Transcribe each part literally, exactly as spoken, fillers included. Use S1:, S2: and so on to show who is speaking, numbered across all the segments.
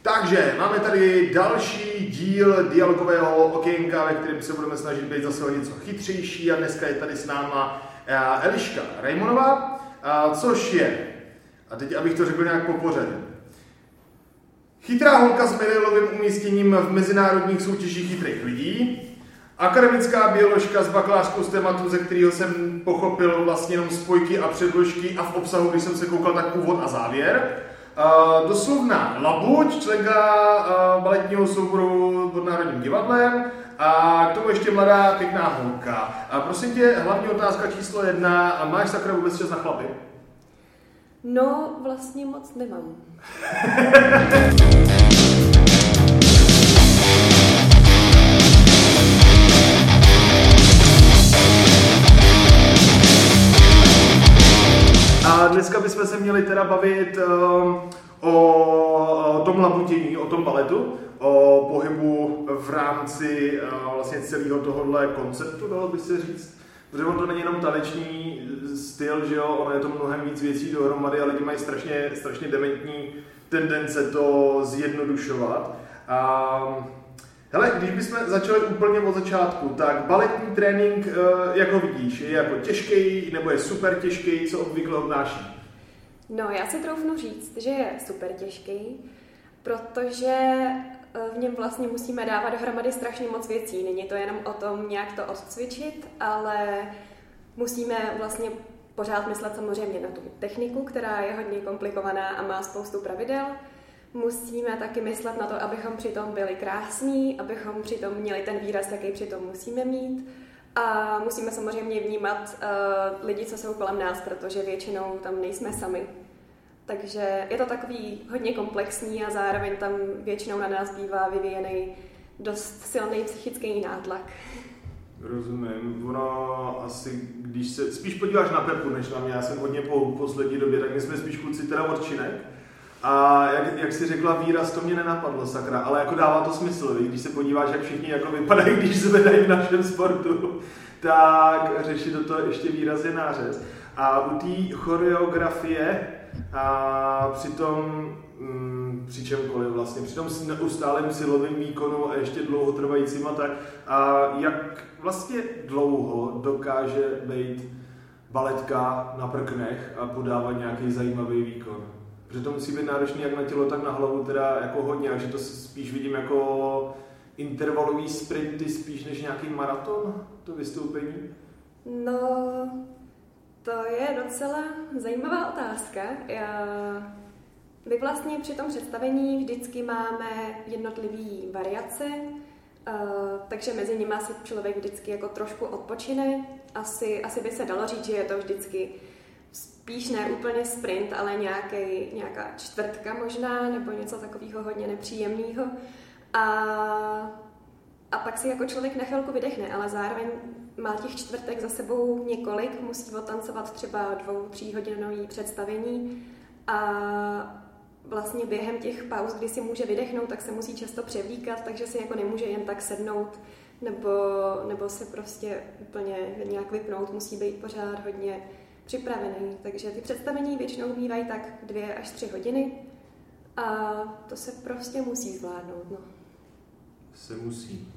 S1: Takže máme tady další díl dialogového okénka, ve kterém se budeme snažit být zase o něco chytřejší a dneska je tady s náma Eliška Rejmonová, což je, a teď abych to řekl nějak po pořadě, chytrá holka s medailovým umístěním v mezinárodních soutěžích chytrých lidí, akademická bioložka s bakalářskou z tématu, ze kterého jsem pochopil vlastně jenom spojky a předložky a v obsahu, když jsem se koukal, tak úvod a závěr. Uh, doslovná labuť, členka uh, baletního souboru pod Národním divadlem a k tomu ještě mladá, pěkná holka. A prosím tě, hlavní otázka číslo jedna, máš sakra vůbec čas na chlapy?
S2: No, vlastně moc nemám.
S1: A dneska bychom se měli teda bavit uh, o tom labutění, o tom baletu, o pohybu v rámci uh, vlastně celého tohohle konceptu, dalo by se říct. Protože on to není jenom taneční styl, že jo, ono je to mnohem víc věcí dohromady a lidi mají strašně, strašně dementní tendence to zjednodušovat. A hele, když bychom začali úplně od začátku, tak baletní trénink, jak ho vidíš, je jako těžký nebo je super těžký, co obvykle obnáší?
S2: No, já si troufnu říct, že je super těžký, protože v něm vlastně musíme dávat dohromady strašně moc věcí. Není to jenom o tom nějak to odcvičit, ale musíme vlastně pořád myslet samozřejmě na tu techniku, která je hodně komplikovaná a má spoustu pravidel. Musíme taky myslet na to, abychom přitom byli krásní, abychom přitom měli ten výraz, jaký přitom musíme mít. A musíme samozřejmě vnímat uh, lidi, co jsou kolem nás, protože většinou tam nejsme sami. Takže je to takový hodně komplexní a zároveň tam většinou na nás bývá vyvíjený dost silný psychický nátlak.
S1: Rozumím. Ono asi, když se spíš podíváš na Pepu, než na mě, já jsem hodně po poslední době, tak my jsme spíš kluci teda odčinek. A jak, jak jsi řekla výraz, to mě nenapadlo, sakra, ale jako dává to smysl, když se podíváš, jak všichni jako vypadají, když zvedají v našem sportu, tak řešit do toho ještě výraz je nářez. A u té choreografie a při tom, mm, při čemkoliv vlastně, při tom neustálém silovém výkonu a ještě dlouhotrvajícím a tak, a jak vlastně dlouho dokáže být baletka na prknech a podávat nějaký zajímavý výkon? Protože to musí být náročný jak na tělo, tak na hlavu, teda jako hodně, takže to spíš vidím jako intervalový sprinty spíš než nějaký maraton, to vystoupení?
S2: No, to je docela zajímavá otázka. Já... My vlastně při tom představení vždycky máme jednotlivý variace, uh, takže mezi nimi si člověk vždycky jako trošku odpočine. Asi, asi by se dalo říct, že je to vždycky spíš ne úplně sprint, ale nějaký, nějaká čtvrtka možná, nebo něco takového hodně nepříjemného. A, a pak si jako člověk na chvilku vydechne, ale zároveň má těch čtvrtek za sebou několik, musí otancovat třeba dvou, tříhodinový představení a vlastně během těch pauz, kdy si může vydechnout, tak se musí často převlíkat, takže si jako nemůže jen tak sednout nebo, nebo se prostě úplně nějak vypnout, musí být pořád hodně připravený. Takže ty představení většinou bývají tak dvě až tři hodiny a to se prostě musí zvládnout. No.
S1: Se musí.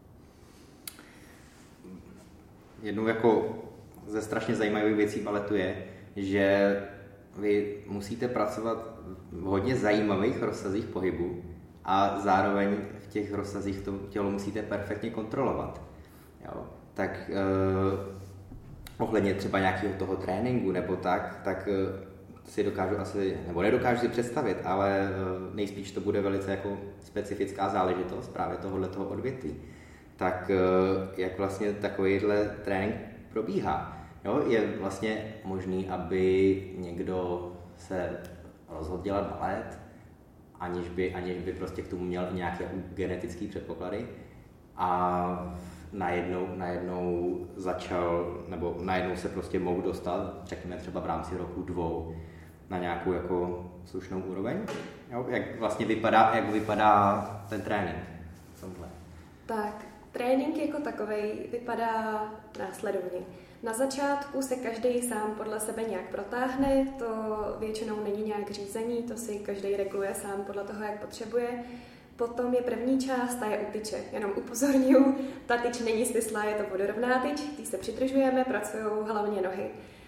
S3: Jednou jako ze strašně zajímavých věcí baletu je, že vy musíte pracovat v hodně zajímavých rozsazích pohybu a zároveň v těch rozsazích to tělo musíte perfektně kontrolovat. Jo? Tak eh, ohledně třeba nějakého toho tréninku nebo tak, tak si dokážu asi, nebo nedokážu si představit, ale nejspíš to bude velice jako specifická záležitost právě tohoto odvětví. Tak jak vlastně takovýhle trénink probíhá? Jo, je vlastně možný, aby někdo se rozhodl dělat balet, aniž by, aniž by prostě k tomu měl nějaké genetické předpoklady a najednou, najednou začal, nebo najednou se prostě mohl dostat, řekněme třeba v rámci roku dvou, na nějakou jako slušnou úroveň. Jo? Jak vlastně vypadá, jak vypadá ten trénink?
S2: Tak, trénink jako takovej vypadá následovně. Na začátku se každý sám podle sebe nějak protáhne, to většinou není nějak řízení, to si každý reguluje sám podle toho, jak potřebuje. Potom je první část, ta je u tyče. Jenom upozorňuji, ta tyč není svislá, je to vodorovná tyč, tý se přidržujeme, pracují hlavně nohy.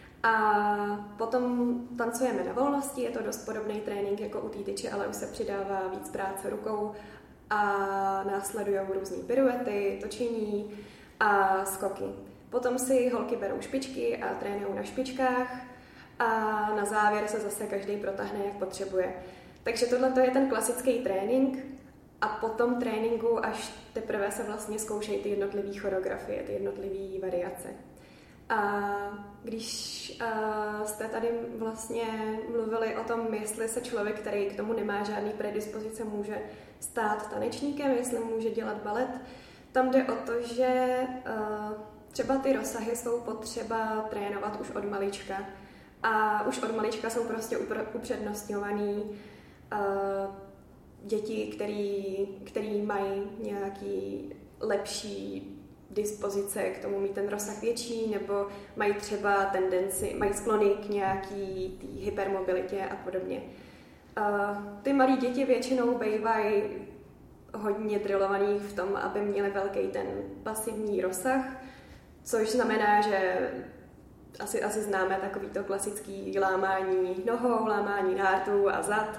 S2: A potom tancujeme na volnosti, je to dost podobný trénink jako u té tyče, ale už se přidává víc práce rukou a následují různé piruety, točení a skoky. Potom si holky berou špičky a trénují na špičkách a na závěr se zase každý protáhne, jak potřebuje. Takže tohle je ten klasický trénink a po tom tréninku až teprve se vlastně zkoušejí ty jednotlivé choreografie, ty jednotlivé variace. A když uh, jste tady vlastně mluvili o tom, jestli se člověk, který k tomu nemá žádný predispozice, může stát tanečníkem, jestli může dělat balet, tam jde o to, že uh, třeba ty rozsahy jsou potřeba trénovat už od malička. A už od malička jsou prostě upřednostňovaný uh, děti, který, který mají nějaký lepší dispozice k tomu mít ten rozsah větší, nebo mají třeba tendenci, mají sklony k nějaký tý hypermobilitě a podobně. Uh, ty malí děti většinou bývají hodně drillovaných v tom, aby měli velký ten pasivní rozsah, což znamená, že asi, asi známe takovýto klasický lámání nohou, lámání nártů a zad.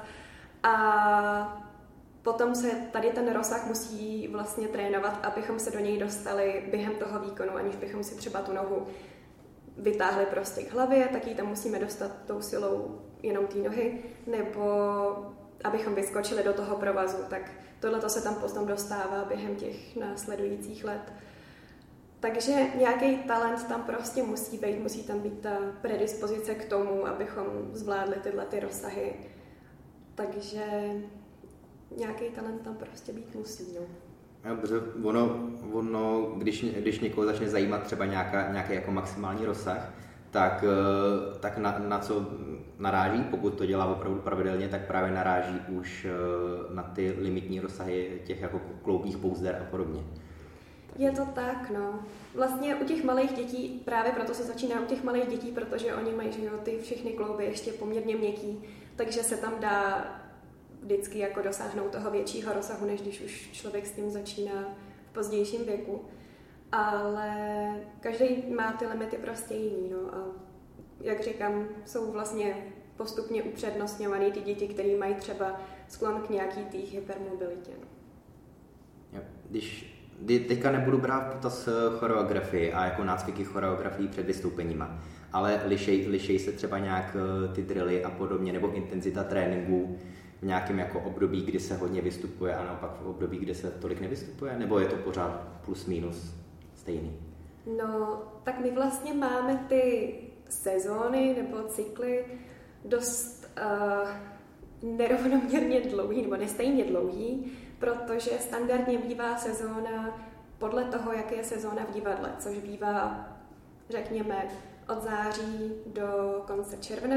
S2: A potom se tady ten rozsah musí vlastně trénovat, abychom se do něj dostali během toho výkonu, aniž bychom si třeba tu nohu vytáhli prostě k hlavě, tak ji tam musíme dostat tou silou jenom té nohy, nebo abychom vyskočili do toho provazu. Tak tohle se tam potom dostává během těch následujících let. Takže nějaký talent tam prostě musí být, musí tam být ta predispozice k tomu, abychom zvládli tyhle ty rozsahy. Takže nějaký talent tam prostě být musí. No.
S3: Dobře, ono, ono když, když někoho začne zajímat třeba nějaká, nějaký jako maximální rozsah, tak, tak na, na co naráží, pokud to dělá opravdu pravidelně, tak právě naráží už na ty limitní rozsahy těch jako kloubních pouzder a podobně.
S2: Je to tak, no. Vlastně u těch malých dětí, právě proto se začíná u těch malých dětí, protože oni mají, že jo, ty všechny klouby ještě poměrně měkký, takže se tam dá vždycky jako dosáhnout toho většího rozsahu, než když už člověk s tím začíná v pozdějším věku. Ale každý má ty limity prostě jiný, no. A jak říkám, jsou vlastně postupně upřednostňovaný ty děti, které mají třeba sklon k nějaký té hypermobilitě. No.
S3: Jo, když teďka nebudu brát v potaz choreografii a jako nácviky choreografií před vystoupeníma, ale lišej, lišej se třeba nějak ty drily a podobně, nebo intenzita tréninku v nějakém jako období, kdy se hodně vystupuje a naopak v období, kdy se tolik nevystupuje, nebo je to pořád plus minus stejný?
S2: No, tak my vlastně máme ty sezóny nebo cykly dost uh, nerovnoměrně dlouhý, nebo nestejně dlouhý, protože standardně bývá sezóna podle toho, jak je sezóna v divadle, což bývá, řekněme, od září do konce června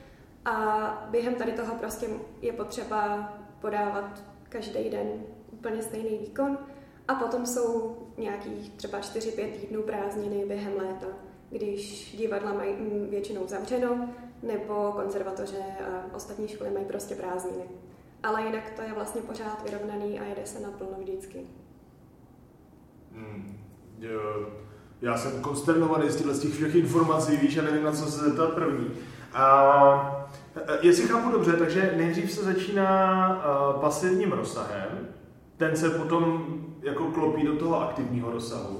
S2: a během tady toho prostě je potřeba podávat každý den úplně stejný výkon a potom jsou nějakých třeba čtyři pět týdnů prázdniny během léta, když divadla mají většinou zavřeno nebo konzervatoře a ostatní školy mají prostě prázdniny. Ale jinak to je vlastně pořád vyrovnaný a jede se naplno vždycky.
S1: Hmm. Já jsem konsternovaný z těch všech informací, víš, a nevím, na co se zeptat první. A jestli chápu dobře, takže nejdřív se začíná uh, pasivním rozsahem, ten se potom jako klopí do toho aktivního rozsahu.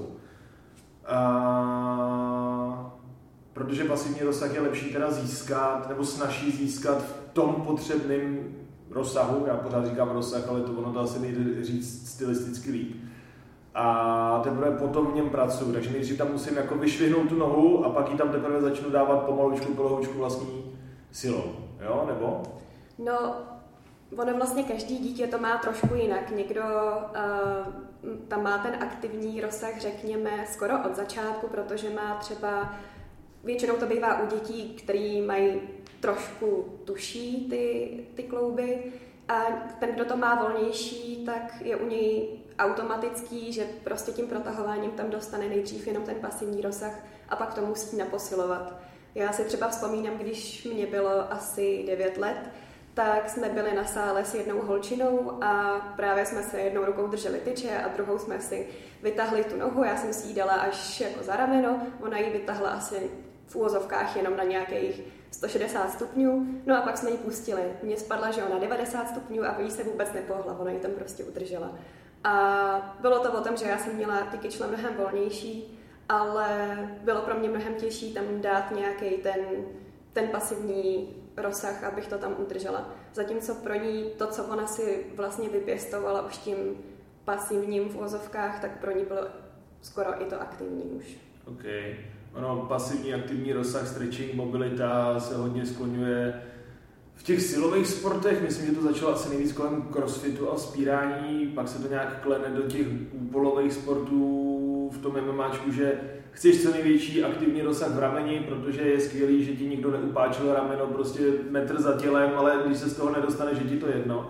S1: Uh, protože pasivní rozsah je lepší teda získat, nebo snaží získat v tom potřebném rozsahu, já pořád říkám rozsah, ale to ono to asi nejde říct stylisticky líp. A teprve potom v něm pracuji, takže nejdřív tam musím jako vyšvihnout tu nohu a pak ji tam teprve začnu dávat pomalučku, polohoučku vlastní silou, jo, nebo?
S2: No, ono vlastně každý dítě to má trošku jinak. Někdo uh, tam má ten aktivní rozsah, řekněme, skoro od začátku, protože má třeba, většinou to bývá u dětí, který mají trošku tuší ty, ty klouby a ten, kdo to má volnější, tak je u něj automatický, že prostě tím protahováním tam dostane nejdřív jenom ten pasivní rozsah a pak to musí naposilovat. Já si třeba vzpomínám, když mě bylo asi devět let, tak jsme byli na sále s jednou holčinou a právě jsme se jednou rukou drželi tyče a druhou jsme si vytahli tu nohu, já jsem si ji dala až jako za rameno, ona ji vytahla asi v úvozovkách jenom na nějakých sto šedesát stupňů, no a pak jsme ji pustili. Mně spadla, že ona devadesát stupňů a jí se vůbec nepohla, ona ji tam prostě udržela. A bylo to o tom, že já jsem měla ty kyčle mnohem volnější, ale bylo pro mě mnohem těžší tam dát nějaký ten, ten pasivní rozsah, abych to tam udržela. Zatímco pro ní to, co ona si vlastně vypěstovala už tím pasivním v uvozovkách, tak pro ní bylo skoro i to aktivní už.
S1: OK. Ono, pasivní, aktivní rozsah, stretching, mobilita se hodně skloňuje v těch silových sportech. Myslím, že to začalo asi nejvíc kolem crossfitu a vzpírání, pak se to nějak klene do těch úpolových sportů v tom MMAčku, že chceš co největší aktivní rozsah v rameni, protože je skvělý, že ti nikdo neupáčil rameno prostě metr za tělem, ale když se z toho nedostane, že ti to jedno.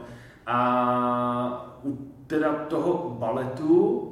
S1: A u teda toho baletu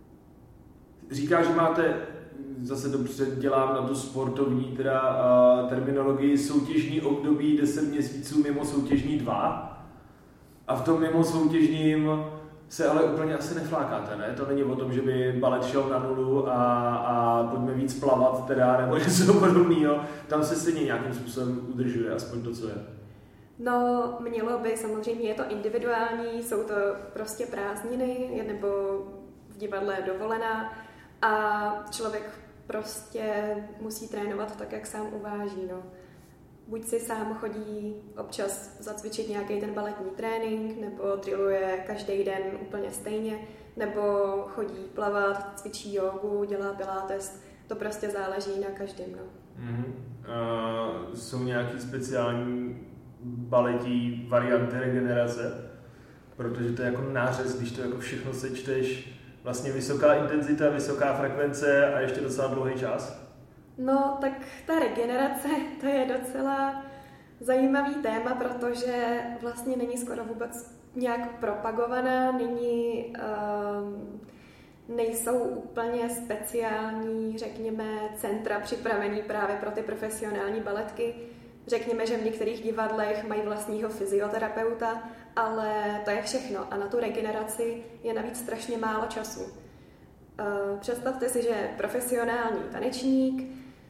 S1: říká, že máte, zase dobře dělám na tu sportovní teda uh, terminologii, soutěžní období deset měsíců, mimo soutěžní dva. A v tom mimo soutěžním se ale úplně asi neflákáte, ne? To není o tom, že by balet šel na nulu a, a pojďme víc plavat teda, nebo něco podobného. Tam se stejně nějakým způsobem udržuje, aspoň to, co je.
S2: No, mělo by, samozřejmě je to individuální, jsou to prostě prázdniny, nebo v divadle je dovolená a člověk prostě musí trénovat tak, jak sám uváží, no. Buď si sám chodí občas zacvičit nějaký ten baletní trénink, nebo drilluje každý den úplně stejně, nebo chodí plavat, cvičí jogu, dělá pilates. To prostě záleží na každém. No.
S1: Mm-hmm. Uh, jsou nějaký speciální baletí varianty regenerace? Protože to je jako nářez, když to jako všechno sečteš, vlastně vysoká intenzita, vysoká frekvence a ještě docela dlouhý čas.
S2: No, tak ta regenerace, to je docela zajímavý téma, protože vlastně není skoro vůbec nějak propagovaná, není, um, nejsou úplně speciální, řekněme, centra připravený právě pro ty profesionální baletky. Řekněme, že v některých divadlech mají vlastního fyzioterapeuta, ale to je všechno. A na tu regeneraci je navíc strašně málo času. Uh, představte si, že profesionální tanečník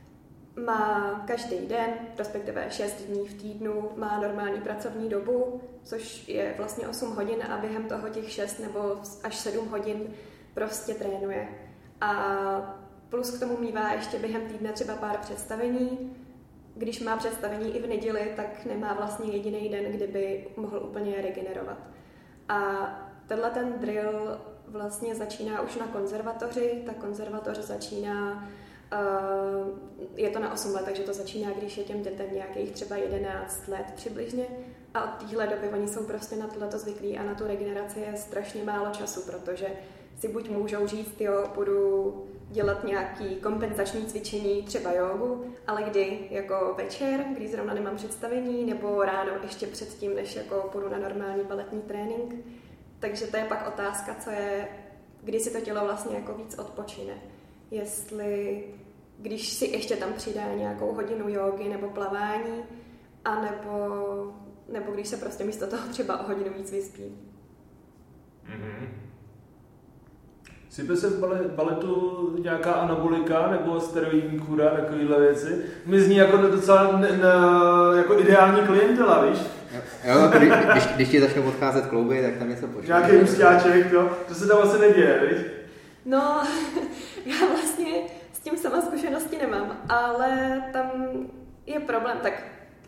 S2: má každý den, respektive šest dní v týdnu, má normální pracovní dobu, což je vlastně osm hodin a během toho těch šest nebo až sedm hodin prostě trénuje. A plus k tomu mívá ještě během týdne třeba pár představení. Když má představení i v neděli, tak nemá vlastně jediný den, kdyby mohl úplně regenerovat. A tenhle ten drill vlastně začíná už na konzervatoři. Ta konzervatoř začíná, uh, je to na osm let, takže to začíná, když je těm dětem nějakých třeba jedenáct let přibližně. A od téhle doby oni jsou prostě na tohleto zvyklí a na tu regeneraci je strašně málo času, protože si buď můžou říct, jo, budu dělat nějaký kompenzační cvičení, třeba jogu, ale kdy jako večer, když zrovna nemám představení, nebo ráno ještě předtím, než jako půjdu na normální baletní trénink. Takže to je pak otázka, co je, kdy si to tělo vlastně jako víc odpočine. Jestli, když si ještě tam přidá nějakou hodinu jógy nebo plavání, anebo, nebo když se prostě místo toho třeba o hodinu víc vyspí.
S1: Mm-hmm. Sype se v baletu nějaká anabolika nebo steroidní kůra, takovýhle věci? Mi zní jako docela ne, ne, jako ideální klientela, víš?
S3: Jo, jako když, když, když ti začnou odcházet klouby, tak tam něco počítá.
S1: Nějaký ústěáček, to, to se tam asi neděje, víš?
S2: No, já vlastně s tím sama zkušenosti nemám, ale tam je problém, tak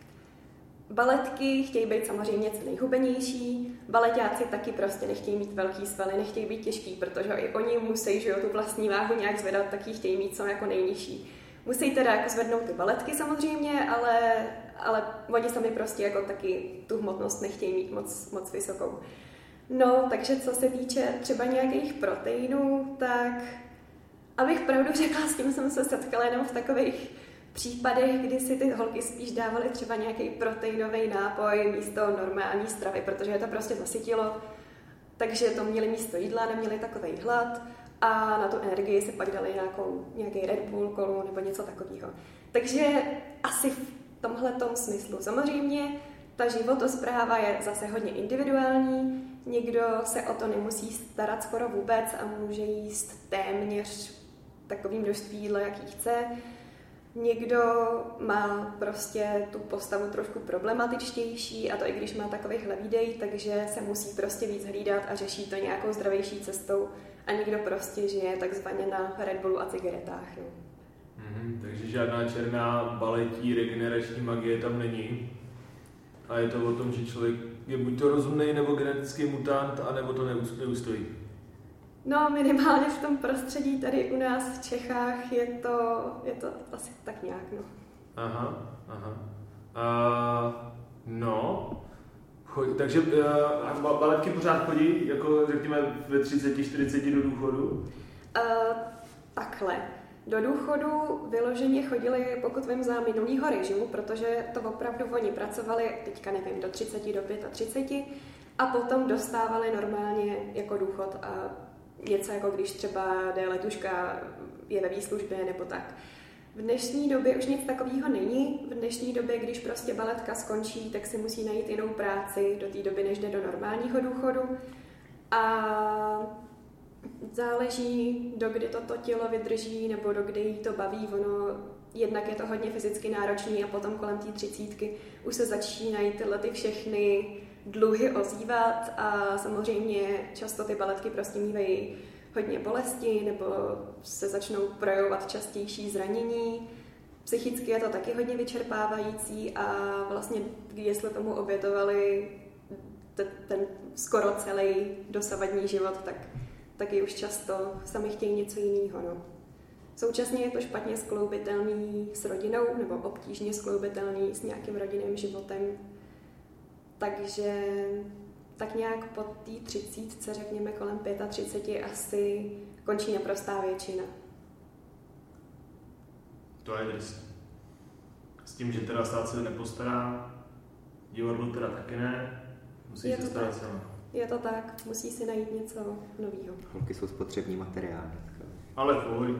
S2: baletky chtějí být samozřejmě co nejhubenější, baletáci taky prostě nechtějí mít velký svaly, nechtějí být těžký, protože i oni musí, že jo, tu vlastní váhu nějak zvedat, taky chtějí mít co jako nejnižší. Musí teda jako zvednout ty baletky samozřejmě, ale, ale oni sami prostě jako taky tu hmotnost nechtějí mít moc, moc vysokou. No, takže co se týče třeba nějakých proteinů, tak abych pravdu řekla, s tím jsem se setkala jenom v takových případech, kdy si ty holky spíš dávaly třeba nějaký proteinový nápoj místo normální stravy, protože je to prostě zasytilo, takže to měli místo jídla, neměli takovej hlad a na tu energii si pak dali nějakou, nějaký Red Bull, kolu nebo něco takového. Takže asi v tomhletom smyslu. Samozřejmě ta životospráva je zase hodně individuální, někdo se o to nemusí starat skoro vůbec a může jíst téměř takový množství jídla, jaký chce. Někdo má prostě tu postavu trošku problematičtější a to i když má takovýhle výdej, takže se musí prostě víc hlídat a řeší to nějakou zdravější cestou a někdo prostě žije takzvaně na Red Bullu a cigaretách. No.
S1: Mm-hmm, takže žádná černá baletí regenerační magie tam není. A je to o tom, že člověk je buď to rozumný nebo genetický mutant, anebo to neustojí.
S2: No minimálně v tom prostředí tady u nás v Čechách je to, je to asi tak nějak, no.
S1: Aha, aha. A, no, chodí, takže uh, baletky pořád chodí, jako řekněme ve třiceti, čtyřiceti do důchodu?
S2: Uh, takhle. Do důchodu vyloženě chodili, pokud vím, za minulýho režimu, protože to opravdu oni pracovali, teďka nevím, do třiceti, do třiceti pěti a potom dostávali normálně jako důchod a něco jako když třeba jde letuška, je ve výslužbě nebo tak. V dnešní době už nic takového není. V dnešní době, když prostě baletka skončí, tak si musí najít jinou práci do té doby, než jde do normálního důchodu. A záleží, dokdy toto tělo vydrží nebo dokdy jí to baví. Ono, jednak je to hodně fyzicky náročný a potom kolem té třicítky už se začínají tyhle ty všechny dluhy ozývat a samozřejmě často ty baletky prostě mívají hodně bolesti nebo se začnou projevovat častější zranění. Psychicky je to taky hodně vyčerpávající a vlastně, jestli tomu obětovali ten, ten skoro celý dosavadní život, tak taky už často sami chtějí něco jiného. No. Současně je to špatně skloubitelný s rodinou nebo obtížně skloubitelný s nějakým rodinným životem. Takže tak nějak po té třicítce, řekněme kolem třicet pět, asi končí naprostá většina.
S1: To je drsné. S tím, že teda stát se nepostará, divadlo teda taky ne, musí se starat sama.
S2: Je to tak, musí si najít něco nového.
S3: Holky jsou spotřební materiál.
S1: Ale pojď.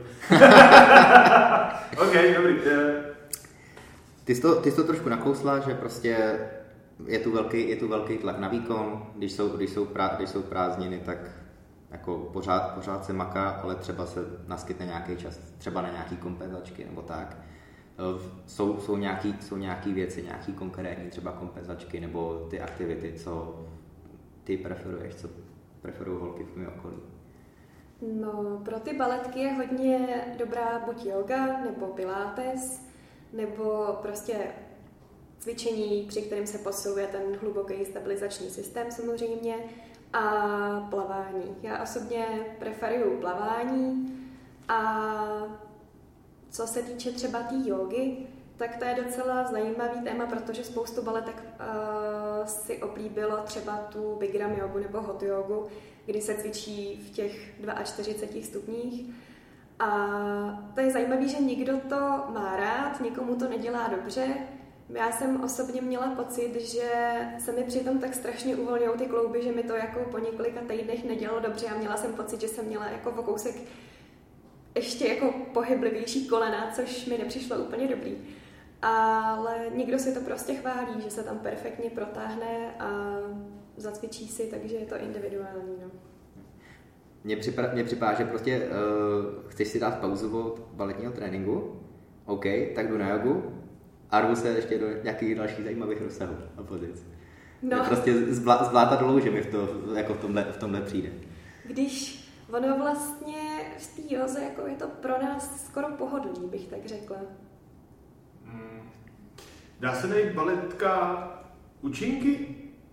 S1: OK, dobrý.
S3: Ty jsi to, ty jsi to trošku nakousla, že prostě je tu velký, je tu velký tlak na výkon, když jsou, když jsou, prá, když jsou prázdniny, tak jako pořád, pořád se maká, ale třeba se naskytne nějaký čas, třeba na nějaký kompenzačky nebo tak. Jsou, jsou, nějaký, jsou nějaký věci, nějaký konkrétní třeba kompenzačky nebo ty aktivity, co ty preferuješ, co preferují holky v mém okolí?
S2: No, pro ty baletky je hodně dobrá buď yoga, nebo pilates, nebo prostě cvičení, při kterém se posiluje ten hluboký stabilizační systém samozřejmě a plavání. Já osobně preferuju plavání a co se týče třeba té tý jógy, tak to je docela zajímavý téma, protože spoustu baletek uh, si oblíbilo třeba tu Bikram jogu nebo hot jogu, kdy se cvičí v těch čtyřiceti dvou stupních. A to je zajímavé, že někdo to má rád, někomu to nedělá dobře. Já jsem osobně měla pocit, že se mi přitom tak strašně uvolňují ty klouby, že mi to jako po několika týdnech nedělalo dobře a měla jsem pocit, že jsem měla jako o kousek ještě jako pohyblivější kolena, což mi nepřišlo úplně dobrý. Ale někdo si to prostě chválí, že se tam perfektně protáhne a zacvičí si, takže je to individuální. No.
S3: Mně připadá, mně připadá, že prostě uh, chceš si dát pauzu od baletního tréninku, OK, tak jdu na jogu a jdu se ještě do nějakých dalších zajímavých rozsahů a pozic. No. Prostě zvlá, zvládat louže v, to, jako v, tomhle, v tomhle přijde.
S2: Když ono vlastně v té józe jako je to pro nás skoro pohodlný, bych tak řekla.
S1: Hmm. Dá se najít baletka účinky?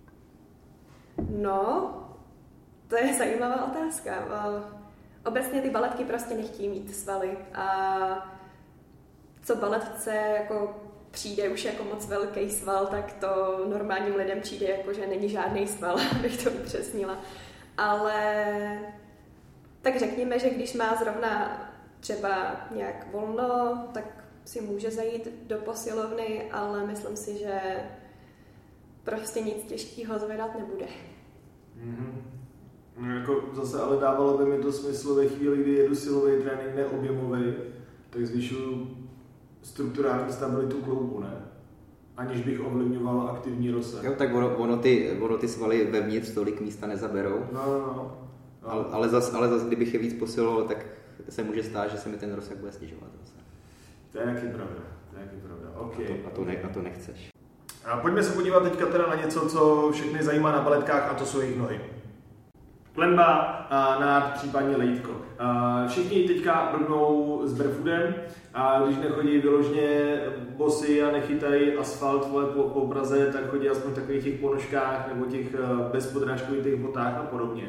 S2: No, to je zajímavá otázka. Obecně ty baletky prostě nechtějí mít svaly a co baletce jako přijde už jako moc velký sval, tak to normálním lidem přijde jako, že není žádný sval, abych to upřesnila. Ale tak řekněme, že když má zrovna třeba nějak volno, tak si může zajít do posilovny, ale myslím si, že prostě nic těžkého zvedat nebude.
S1: Mm-hmm. No, jako zase ale dávalo by mi to smysl ve chvíli, kdy jedu silový trénink, neobjemový, tak zvyšuju strukturální stabilitu kloubu, ne? Aniž bych ovlivňoval aktivní rozsah.
S3: Jo, tak ono, ono, ty, ono ty svaly vevnitř tolik místa nezaberou.
S1: No, no, no. no.
S3: Ale, ale zase, ale zas, kdybych je víc posiloval, tak se může stát, že se mi ten rozsah bude snižovat zase.
S1: To je taky pravda, to je taky pravda, okay.
S3: A to, a to, ne, a to nechceš.
S1: A pojďme se podívat teďka teda na něco, co všechny zajímá na baletkách, a to jsou jejich nohy. Klenba, nád, případně lejtko. Všichni teďka blbnou s barefootem, a když nechodí vyloženě bosy a nechytají asfalt vole, po, po Praze, tak chodí aspoň v takových těch ponožkách nebo těch bezpodrážkových botách a podobně.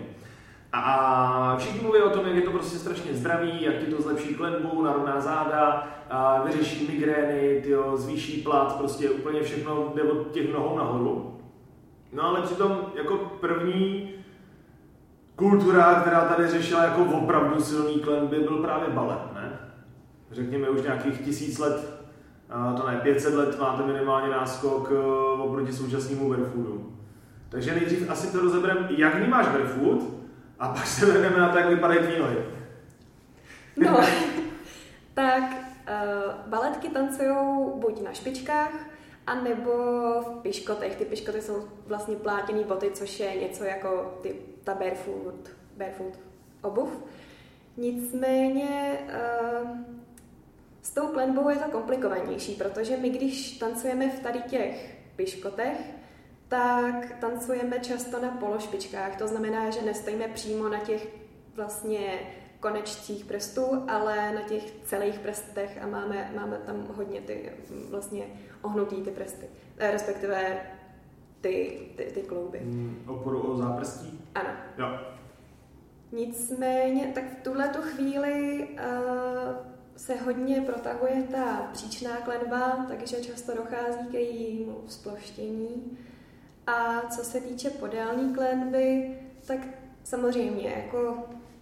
S1: A všichni mluví o tom, jak je to prostě strašně zdravý, jak ti to zlepší klenbu, narovná záda, a vyřeší migrény, tyjo, zvýší plat, prostě úplně všechno jde od těch nohou nahoru. No ale přitom jako první kultura, která tady řešila jako opravdu silný klenby, byl právě balet, ne? Řekněme už nějakých tisíc let, to ne, pět set let máte minimálně náskok oproti současnému barefootu. Takže nejdřív asi to rozebereme, jak vnímáš barefoot, a pak se vrhneme na to, jak vypadají tvý nohy.
S2: No, tak uh, baletky tancujou buď na špičkách, anebo v piškotech. Ty piškoty jsou vlastně plátěný boty, což je něco jako ty, ta barefoot, barefoot obuv. Nicméně uh, s tou klenbou je to komplikovanější, protože my, když tancujeme v tady těch piškotech, tak tancujeme často na pološpičkách. To znamená, že nestojíme přímo na těch vlastně konečcích prstů, ale na těch celých prstech a máme, máme tam hodně ty vlastně ohnutý ty prsty, respektive ty, ty, ty klouby.
S1: Hmm, oporu o záprstí?
S2: Ano.
S1: Jo.
S2: Nicméně, tak v tuhletu chvíli uh, se hodně protahuje ta příčná klenba, takže často dochází ke jejímu sploštění. A co se týče podélní klenby, tak samozřejmě jako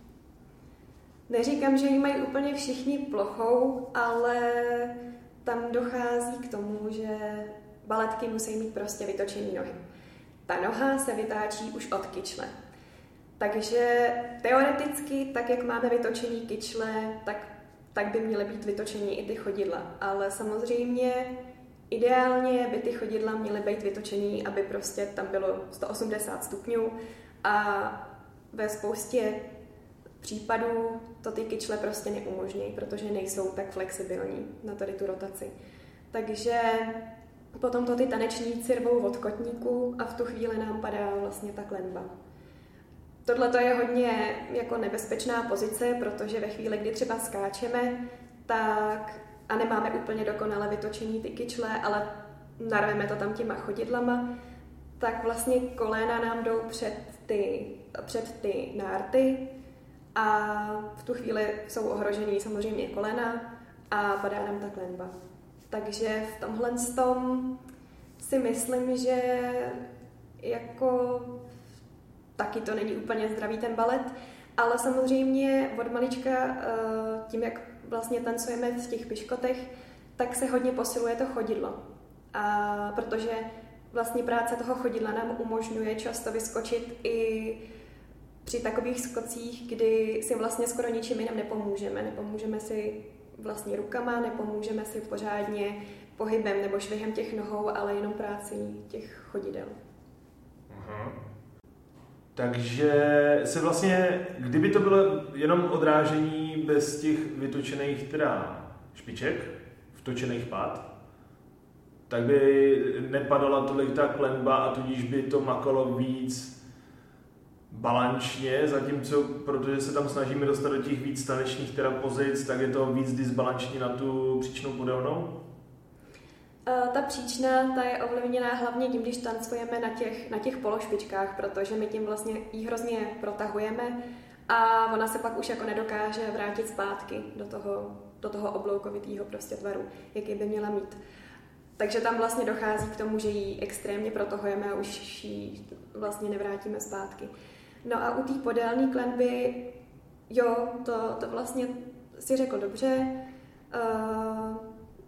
S2: neříkám, že ji mají úplně všichni plochou, ale tam dochází k tomu, že baletky musí mít prostě vytočený nohy. Ta noha se vytáčí už od kyčle. Takže teoreticky, tak jak máme vytočený kyčle, tak, tak by měly být vytočení i ty chodidla. Ale samozřejmě ideálně by ty chodidla měly být vytočený, aby prostě tam bylo sto osmdesát stupňů a ve spoustě případů to ty kyčle prostě neumožní, protože nejsou tak flexibilní na tady tu rotaci. Takže potom to ty tanečníci rvou od kotníku a v tu chvíli nám padá vlastně ta klenba. Tohle to je hodně jako nebezpečná pozice, protože ve chvíli, kdy třeba skáčeme, tak a nemáme úplně dokonale vytočení ty kyčle, ale narveme to tam těma chodidlama, tak vlastně koléna nám jdou před ty, před ty nárty a v tu chvíli jsou ohrožený samozřejmě kolena a padá nám ta klenba. Takže v tomhle tom si myslím, že jako taky to není úplně zdravý ten balet, ale samozřejmě od malička tím, jak vlastně tancujeme v těch piškotech, tak se hodně posiluje to chodidlo. A protože vlastně práce toho chodidla nám umožňuje často vyskočit i při takových skocích, kdy si vlastně skoro ničím jiným nepomůžeme. Nepomůžeme si vlastně rukama, nepomůžeme si pořádně pohybem nebo švihem těch nohou, ale jenom práci těch chodidel.
S1: Aha. Takže se vlastně, kdyby to bylo jenom odrážení bez těch vytočených teda špiček, vtočených pát, tak by nepadala tolik ta klenba a tudíž by to makalo víc balančně, zatímco, protože se tam snažíme dostat do těch víc tanečních teda pozic, tak je to víc disbalanční na tu příčnou podélnou?
S2: Ta příčná, ta je ovlivněná hlavně tím, když tancujeme na těch, na těch pološpičkách, protože my tím vlastně jí hrozně protahujeme a ona se pak už jako nedokáže vrátit zpátky do toho, do toho obloukovitého prostě tvaru, jaký by měla mít. Takže tam vlastně dochází k tomu, že ji extrémně protahujeme a už ji vlastně nevrátíme zpátky. No a u té podélné klenby, jo, to, to vlastně si řekl dobře, uh,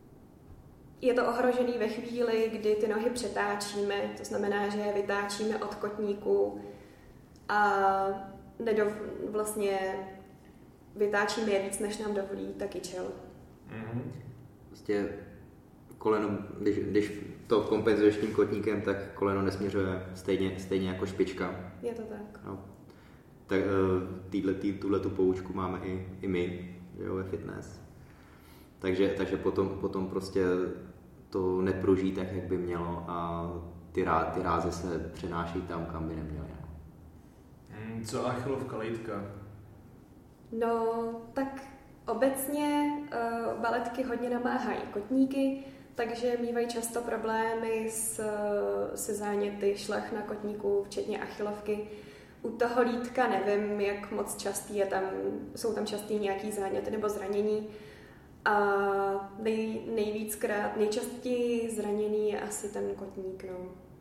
S2: je to ohrožený ve chvíli, kdy ty nohy přetáčíme, to znamená, že je vytáčíme od kotníku a nedov, vlastně vytáčíme je víc, než nám dovolí ta kyčel.
S3: Mm-hmm. Prostě koleno, když, když to kompenzuješ tím kotníkem, tak koleno nesměřuje stejně, stejně jako špička.
S2: Je to tak.
S3: No. Tak týhle, tý, tuhle tu poučku máme i, i my, jo, ve fitness. Takže, takže potom, potom prostě to nepruží tak, jak by mělo a ty, rá, ty rázy se přenáší tam, kam by neměly.
S1: Hmm, co achilovka, lejtka?
S2: No, tak obecně uh, baletky hodně namáhají kotníky, takže mývají často problémy s, se záněty šlech na kotníku, včetně achilovky. U toho lítka nevím, jak moc častý je tam, jsou tam častý nějaký záněty nebo zranění. A nej, nejvíckrát, nejčastěji zraněný je asi ten kotník, no.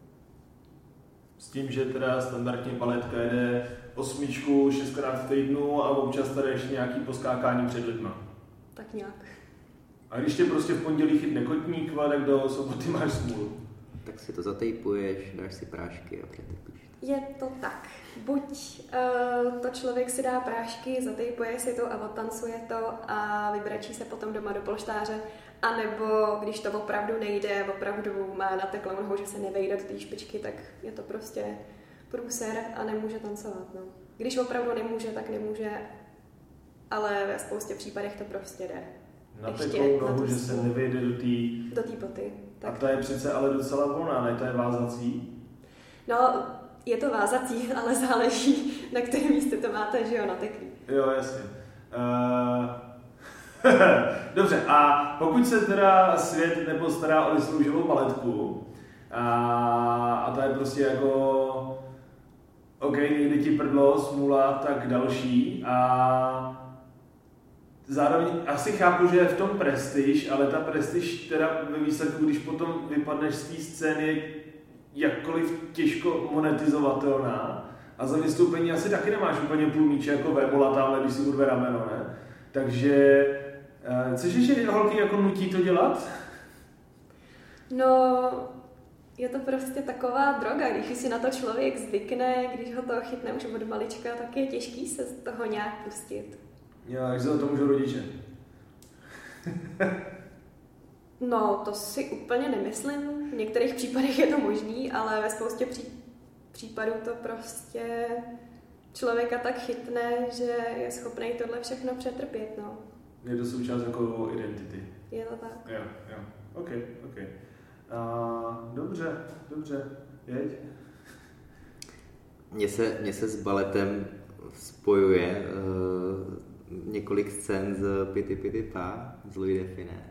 S1: S tím, že teda standardně baletka jede osmičku šestkrát v týdnu a občas tady ještě nějaký poskákání před lidma.
S2: Tak nějak.
S1: A když tě prostě v pondělí chytne kotník, tak do soboty máš smůlu.
S3: Tak si to zatejpuješ, dáš si prášky a přetepíš.
S2: Je to tak. Buď uh, to člověk si dá prášky, zatejpuje si to a odtancuje to a vybrečí se potom doma do polštáře, anebo když to opravdu nejde, opravdu má nateklou nohou, že se nevejde do té špičky, tak je to prostě průser a nemůže tancovat. No. Když opravdu nemůže, tak nemůže, ale ve spoustě případech to prostě jde.
S1: Nateklou nohu, na že se nevejde do té
S2: do té boty.
S1: Tak. A ta je přece ale docela volná, ne? Ta je vázací?
S2: No, je to vázací, ale záleží, na kterém místě to máte, že jo, nateklý.
S1: Jo, jasně. Uh... Dobře, a pokud se teda svět nepostará o vysloužilou baletku a, a ta je prostě jako OK, někdy ti prdlo, smůla, tak další a zároveň asi chápu, že je v tom prestiž, ale ta prestiž teda ve výsledku, když potom vypadneš z té scény, je jakkoliv těžko monetizovatelná a za vystoupení asi taky nemáš úplně půl míče jako Vémola tamhle, když si urve rameno, ne? Takže, což ještě holky jako nutí to dělat?
S2: No, je to prostě taková droga, když si na to člověk zvykne, když ho to chytne už od malička, tak je těžký se z toho nějak pustit.
S1: Jo, takže za to můžou rodiče.
S2: No, to si úplně nemyslím. V některých případech je to možný, ale ve spoustě pří, případů to prostě člověka tak chytne, že je schopný tohle všechno přetrpět, no.
S1: Je to součást jako identity.
S2: Je to tak.
S1: Jo, jo. OK, OK. A, dobře, dobře. Jeď.
S3: Mně se, mně se s baletem spojuje uh, několik scén z Pity Pity Pa, z Louis Define.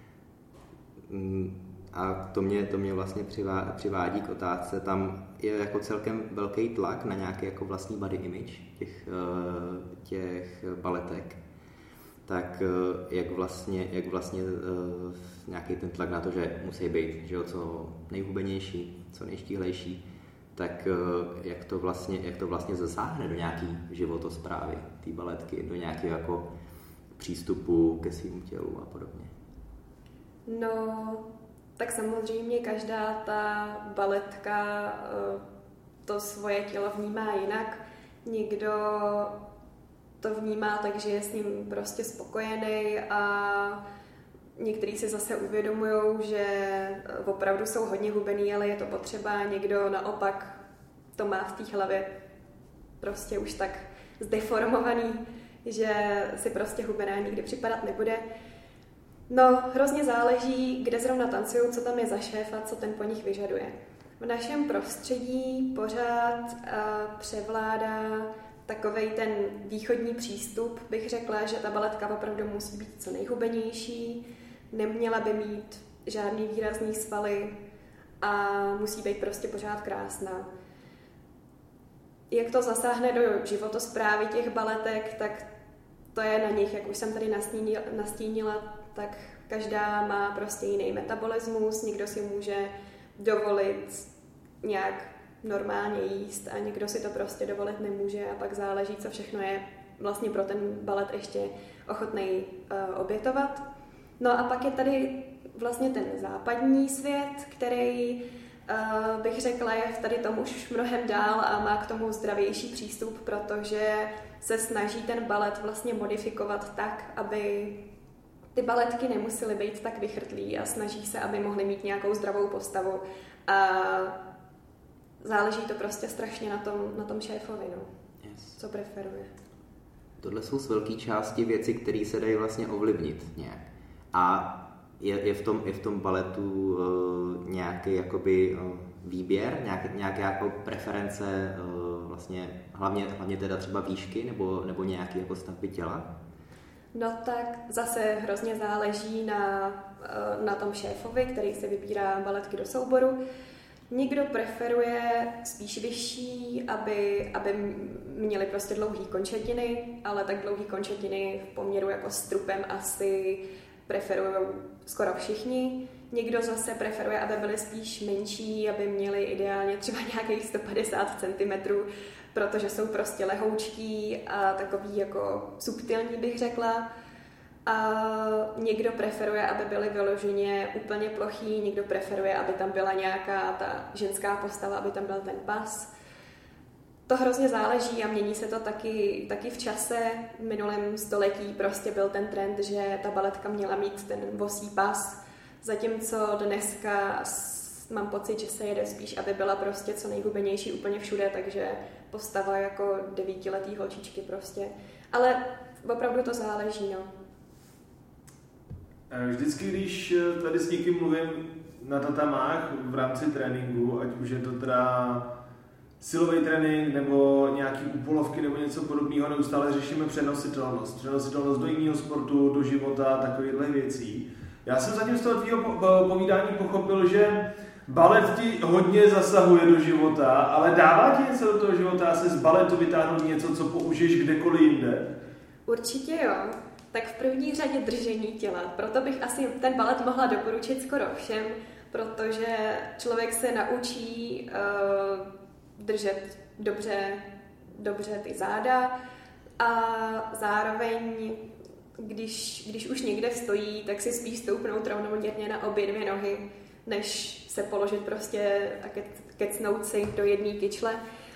S3: A to mě, to mě vlastně přivá, přivádí k otázce. Tam je jako celkem velký tlak na nějaký jako vlastní body image těch, těch baletek. Tak jak vlastně, jak vlastně nějaký ten tlak na to, že musí být, že jo, co nejhubenější, co nejštíhlejší, tak jak to vlastně, jak to vlastně zasáhne do nějaký životosprávy té baletky, do nějakého jako přístupu ke svému tělu a podobně.
S2: No, tak samozřejmě každá ta baletka to svoje tělo vnímá jinak. Někdo to vnímá tak, že je s ním prostě spokojený a někteří si zase uvědomují, že opravdu jsou hodně hubený, ale je to potřeba. Někdo naopak to má v té hlavě prostě už tak zdeformovaný, že si prostě hubená nikdy připadat nebude. No, hrozně záleží, kde zrovna tancují, co tam je za šéfa, co ten po nich vyžaduje. V našem prostředí pořád uh, převládá takovej ten východní přístup, bych řekla, že ta baletka opravdu musí být co nejhubenější, neměla by mít žádný výrazný svaly a musí být prostě pořád krásná. Jak to zasáhne do životosprávy těch baletek, tak to je na nich, jak už jsem tady nastínila, nastínila tak každá má prostě jiný metabolismus, někdo si může dovolit nějak normálně jíst a někdo si to prostě dovolit nemůže a pak záleží, co všechno je vlastně pro ten balet ještě ochotný uh, obětovat. No a pak je tady vlastně ten západní svět, který uh, bych řekla, je v tady tomu už mnohem dál a má k tomu zdravější přístup, protože se snaží ten balet vlastně modifikovat tak, aby ty baletky nemusely být tak vychrtlý a snaží se, aby mohly mít nějakou zdravou postavu. A záleží to prostě strašně na tom, na tom šéfovi, no. Yes. Co preferuje.
S3: Tohle jsou z velké části věci, které se dají vlastně ovlivnit nějak. A je, je, v, tom, je v tom baletu uh, nějaký jakoby uh, výběr, nějaké, nějaké jako preference, uh, vlastně hlavně, hlavně teda třeba výšky nebo, nebo nějaké jako stavby těla?
S2: No tak zase hrozně záleží na, na tom šéfovi, který si vybírá baletky do souboru. Někdo preferuje spíš vyšší, aby, aby měli prostě dlouhý končetiny, ale tak dlouhý končetiny v poměru jako s trupem asi preferují skoro všichni. Někdo zase preferuje, aby byly spíš menší, aby měli ideálně třeba nějakých sto padesát centimetrů, protože jsou prostě lehoučký a takový jako subtilní, bych řekla. A někdo preferuje, aby byly vyloženě úplně plochý, někdo preferuje, aby tam byla nějaká ta ženská postava, aby tam byl ten pas. To hrozně záleží a mění se to taky, taky v čase. V minulém století prostě byl ten trend, že ta baletka měla mít ten vosí pas, zatímco dneska mám pocit, že se jede spíš, aby byla prostě co nejhubenější úplně všude, takže postava jako devítiletý holčičky prostě. Ale opravdu to záleží, no.
S1: Vždycky, když tady s někým mluvím na tatamách v rámci tréninku, ať už je to teda silový trénink nebo nějaký úpolovky nebo něco podobného, neustále řešíme přenositelnost. Přenositelnost do jiného sportu, do života, takovýchhle věcí. Já jsem zatím z toho tvýho povídání pochopil, že balet ti hodně zasahuje do života, ale dává ti něco do toho života, se z baletu vytáhnout něco, co použiješ kdekoliv jinde?
S2: Určitě jo. Tak v první řadě držení těla. Proto bych asi ten balet mohla doporučit skoro všem, protože člověk se naučí uh, držet dobře, dobře ty záda a zároveň, když, když už někde stojí, tak si spíš stoupnout rovnoměrně na obě dvě nohy, než se položit prostě a ke, kecnout si do jedné kyčle.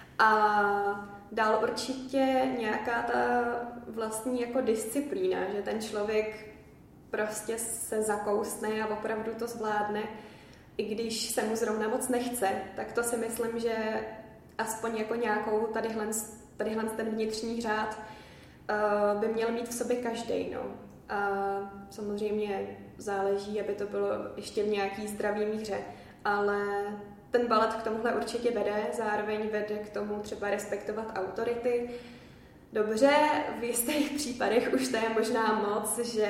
S2: A dál určitě nějaká ta vlastní jako disciplína, že ten člověk prostě se zakousne a opravdu to zvládne, i když se mu zrovna moc nechce, tak to si myslím, že aspoň jako nějakou tadyhle, tadyhle ten vnitřní řád uh, by měl mít v sobě každej, no. A samozřejmě záleží, aby to bylo ještě v nějaký zdravý míře, ale ten balet k tomuhle určitě vede, zároveň vede k tomu třeba respektovat autority. Dobře, v jistých případech už to je možná moc, že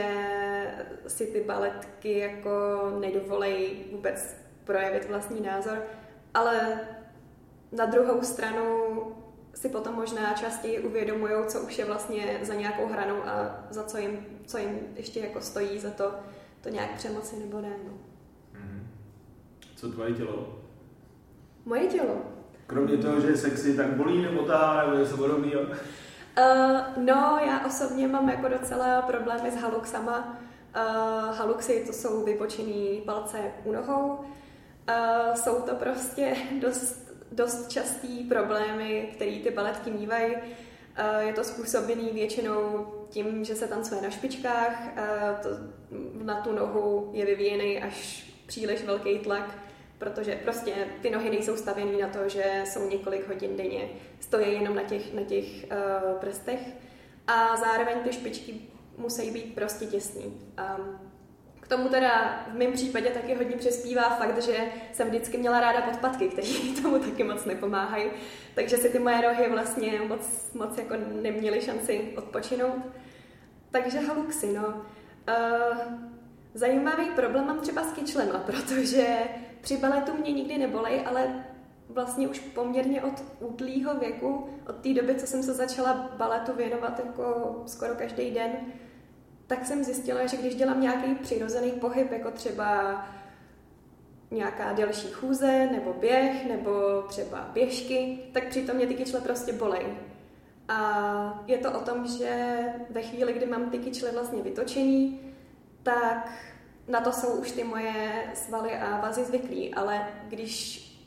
S2: si ty baletky jako nedovolí vůbec projevit vlastní názor, ale na druhou stranu si potom možná častěji uvědomují, co už je vlastně za nějakou hranou a za co jim, co jim ještě jako stojí za to, to nějak přemoci nebo ne. No.
S1: Mm. Co tvoje tělo?
S2: Moje tělo?
S1: Kromě toho, že je sexy, tak bolí nebo tahá, nebo něco podobného?
S2: Uh, no, já osobně mám jako docela problémy s haluxama. Uh, haluxy to jsou vybočený palce u nohou. Uh, jsou to prostě dost, dost častý problémy, který ty baletky mívají. Uh, je to způsobený většinou tím, že se tancuje na špičkách. Uh, to, na tu nohu je vyvíjený až příliš velký tlak, protože prostě ty nohy nejsou stavěný na to, že jsou několik hodin denně, stojí jenom na těch, na těch uh, prstech a zároveň ty špičky musí být prostě těsný. Um, k tomu teda v mém případě taky hodně přispívá fakt, že jsem vždycky měla ráda podpatky, které tomu taky moc nepomáhají, takže si ty moje nohy vlastně moc, moc jako neměly šanci odpočinout. Takže haluxy, no. Uh, zajímavý problém mám třeba s kyčlema, protože při baletu mě nikdy nebolej, ale vlastně už poměrně od útlýho věku, od té doby, co jsem se začala baletu věnovat jako skoro každý den, tak jsem zjistila, že když dělám nějaký přirozený pohyb, jako třeba nějaká delší chůze, nebo běh, nebo třeba běžky, tak přitom mě ty kyčle prostě bolej. A je to o tom, že ve chvíli, kdy mám ty kyčle vlastně vytočený, tak na to jsou už ty moje svaly a vazy zvyklí, ale když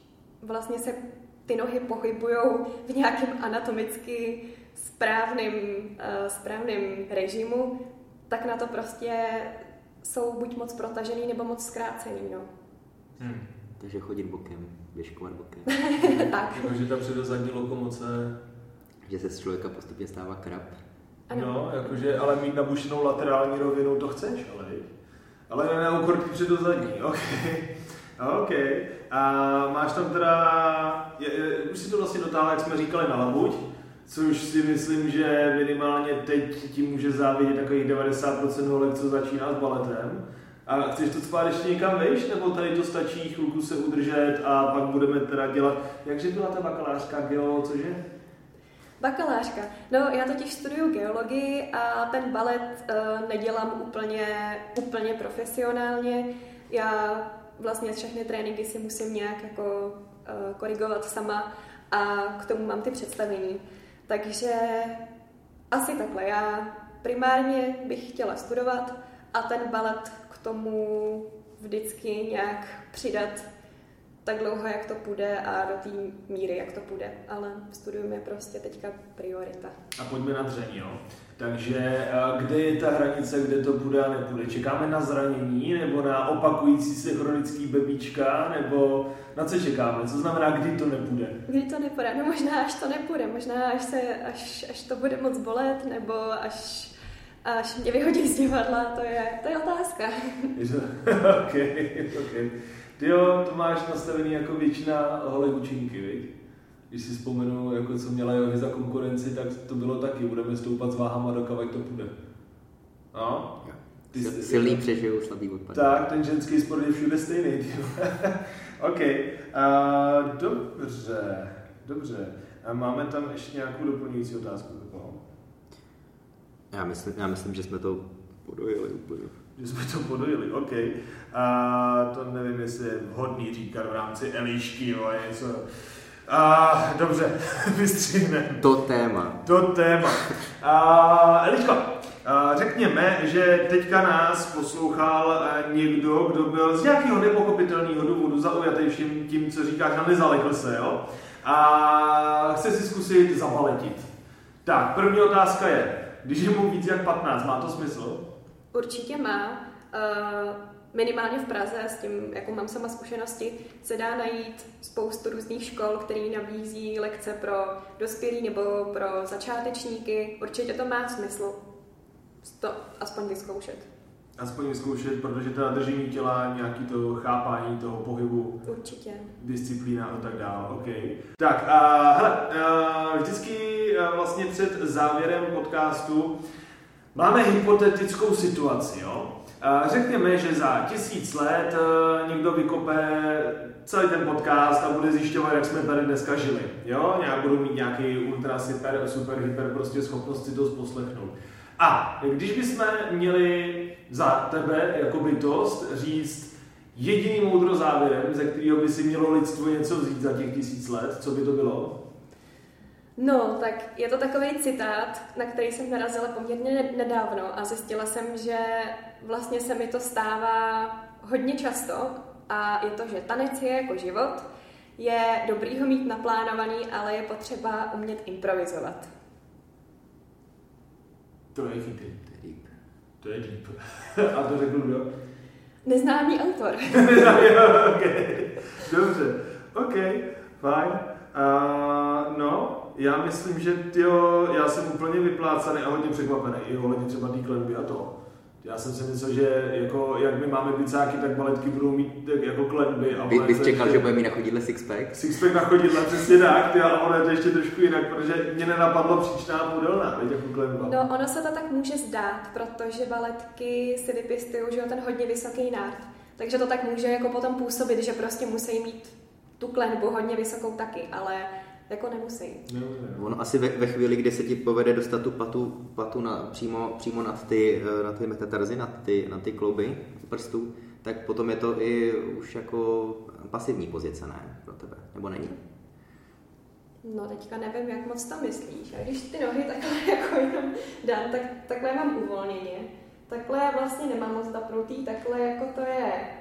S2: vlastně se ty nohy pohybujou v nějakém anatomicky správným, uh, správným režimu, tak na to prostě jsou buď moc protažený, nebo moc zkrácený, no.
S3: Hmm. Takže chodit bokem, běžkovat bokem.
S2: Tak.
S1: Takže ta předozadní lokomoce...
S3: Že se z člověka postupně stává krab.
S2: Ano.
S1: No, jakože, ale mít nabušenou laterální rovinu, to chceš, ale ale ne na úkor předozadní, ok. Ok. A máš tam teda, je, je, už si to vlastně dotáhl, jak jsme říkali, na labuť, což si myslím, že minimálně teď ti může závidět takových devadesát procent holek, co začíná s baletem. A chceš to spát ještě někam vejš, nebo tady to stačí chvilku se udržet a pak budeme teda dělat, jakže byla ta bakalářská geo, cože?
S2: Bakalářka. No, já totiž studuju geologii a ten balet uh, nedělám úplně, úplně profesionálně. Já vlastně všechny tréninky si musím nějak jako uh, korigovat sama a k tomu mám ty představení. Takže asi takhle. Já primárně bych chtěla studovat a ten balet k tomu vždycky nějak přidat tak dlouho, jak to půjde a do té míry, jak to půjde. Ale studium je prostě teďka priorita.
S1: A pojďme na dřeň, jo. Takže kde je ta hranice, kde to bude a nepůjde? Čekáme na zranění, nebo na opakující se chronický bebíčka, nebo na co čekáme? Co znamená, kdy to nepůjde?
S2: Kdy to nepůjde? No možná, až to nepůjde. Možná, až, se, až, až to bude moc bolet, nebo až, až mě vyhodí z divadla. To je, to je otázka.
S1: Ok, ok. Ty jo, to máš nastavený jako většina holek učinky, viď? Když si vzpomenu, jako co měla Johy za konkurenci, tak to bylo taky. Budeme stoupat s váhama, dokavať to půjde. No?
S3: Ty jsi, silný přežijou, slabý odpadne.
S1: Tak, ten ženský sport je všude stejný. Ok, uh, dobře, dobře. A máme tam ještě nějakou doplňující otázku?
S3: Já myslím, já myslím, že jsme to podojili úplně.
S1: Že jsme to podojili, ok. A to nevím, jestli je vhodný říkat v rámci Elišky, ale něco. A dobře, vystříhneme.
S3: To téma.
S1: To téma. A, Eliško, a řekněme, že teďka nás poslouchal někdo, kdo byl z nějakého nepochopitelného důvodu zaujatý vším tím, co říkáš, a nezalekl se, jo? A chce si zkusit zabaletit. Tak, první otázka je, když je mu víc jak patnáct, má to smysl?
S2: Určitě má. Uh, minimálně v Praze, s tím, jakou mám sama zkušenosti, se dá najít spoustu různých škol, které nabízí lekce pro dospělí nebo pro začátečníky. Určitě to má smysl to aspoň vyzkoušet.
S1: Aspoň vyzkoušet, protože to nadržení těla, nějaký to chápání toho pohybu.
S2: Určitě.
S1: Disciplína a tak dále, ok. Tak, a hele, a vždycky a vlastně před závěrem podcastu máme hypotetickou situaci, jo. A řekněme, že za tisíc let někdo vykope celý ten podcast a bude zjišťovat, jak jsme tady dneska žili, jo. Nějak budou mít nějaký ultra, super, super, hyper, prostě schopnost si to poslechnout. A když bychom měli za tebe jako bytost říct jediným moudro závěrem, ze kterého by si mělo lidstvo něco vzít za těch tisíc let, co by to bylo?
S2: No, tak je to takový citát, na který jsem narazila poměrně nedávno a zjistila jsem, že vlastně se mi to stává hodně často a je to, že tanec je jako život, je dobrý ho mít naplánovaný, ale je potřeba umět improvizovat.
S1: To je chytrý. To je deep. To je deep. A to řekl kdo?
S2: Neznámý autor.
S1: Neznámý, ok. Dobře. Ok, fajn. Uh, no, já myslím, že tyjo, já jsem úplně vyplácaný a hodně překvapený. I ohledně třeba té klenby a to. Já jsem si myslel, že jako, jak my máme bicáky, tak baletky budou mít tak jako klenby. A
S3: Vy, bys čekal, že bude mít na chodidle sixpack?
S1: Sixpack na chodidle, přesně tak, ale ono je to ještě trošku jinak, protože mě nenapadlo příčná podelná, víš, jako klenba.
S2: No, ono se to tak může zdát, protože baletky si vypěstují, že jo, ten hodně vysoký nárt. Takže to tak může jako potom působit, že prostě musí mít tu klenbu hodně vysokou taky, ale jako nemusí.
S1: No, no.
S3: Ono asi ve, ve chvíli, kdy se ti povede dostat tu patu, patu na, přímo, přímo nad ty, na ty metatarzy, nad ty, na ty klouby prstů, tak potom je to i už jako pasivní pozice, ne? Pro tebe, nebo není?
S2: No teďka nevím, jak moc to myslíš. A když ty nohy takhle jako jenom dám, tak takhle mám uvolněně. Takhle já vlastně nemám moc napnutý, takhle jako to je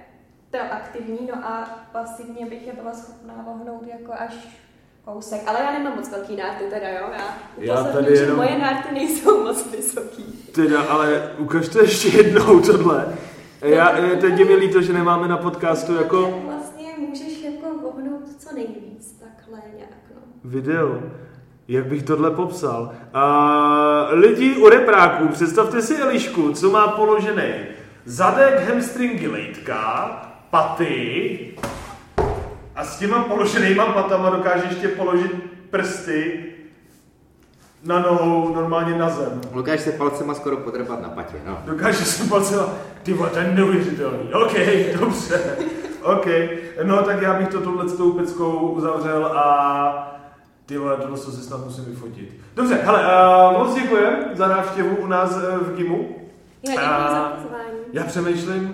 S2: to aktivní, no a pasivně bych je byla schopná vohnout jako až kousek. Ale já nemám moc velký nárty teda, jo? Já,
S1: já tady
S2: že
S1: jenom...
S2: moje nárty nejsou moc vysoký.
S1: Teda, ale ukažte ještě jednou tohle. Já, teď je mi líto, že nemáme na podcastu jako...
S2: Vlastně můžeš jako vohnout co nejvíc, takhle nějak, no.
S1: Video. Jak bych tohle popsal? Uh, lidi u repráků, představte si Elišku, co má položený zadek, hamstringy, lejtka, paty a s těma položenýma patama dokáže ještě položit prsty na nohou, normálně na zem.
S3: Dokáže se palcema skoro podrbat na patě, no.
S1: Dokáže se palcema, ty vole, to je neuvěřitelný. OK, dobře. OK, no tak já bych to tohle s tou peckou uzavřel a ty vole, tohle si snad musím vyfotit. Dobře, hele, uh, moc děkujem za návštěvu u nás uh, v Gimu.
S2: Já děkuji uh, za pozvání.
S1: Já přemýšlím,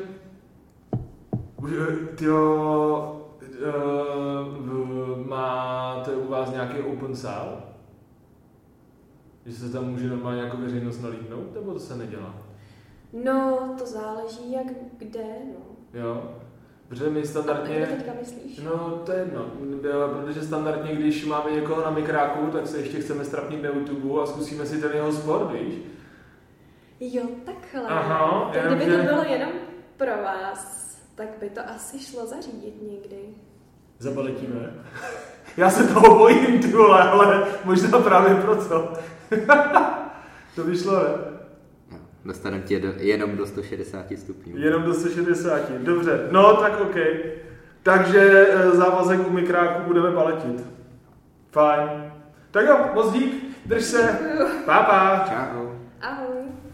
S1: tyjo, uh, máte u vás nějaký open sál? Že se tam může normálně jako veřejnost nalídnout, nebo to se nedělá?
S2: No, to záleží jak kde, no.
S1: Jo, protože my standardně...
S2: A teďka myslíš?
S1: No, to je jedno, protože standardně, když máme někoho na mikráku, tak se ještě chceme strapnit na YouTube a zkusíme si ten jeho sport, víš?
S2: Jo, takhle.
S1: Aha,
S2: tak
S1: jenom,
S2: kdyby
S1: že...
S2: to bylo jenom pro vás, tak by to asi šlo zařídit někdy.
S1: Zabaletíme. Já se toho bojím, ty vole, ale možná právě proto. To by šlo, ne?
S3: No, dostaneme tě do, jenom do sto šedesát stupňů.
S1: Jenom do sto šedesát, dobře. No, tak OK. Takže závazek u mikráku budeme baletit. Fajn. Tak jo, moc dík, drž se.
S2: Děkuju.
S1: Pa, pa.
S3: Čau.
S2: Ahoj.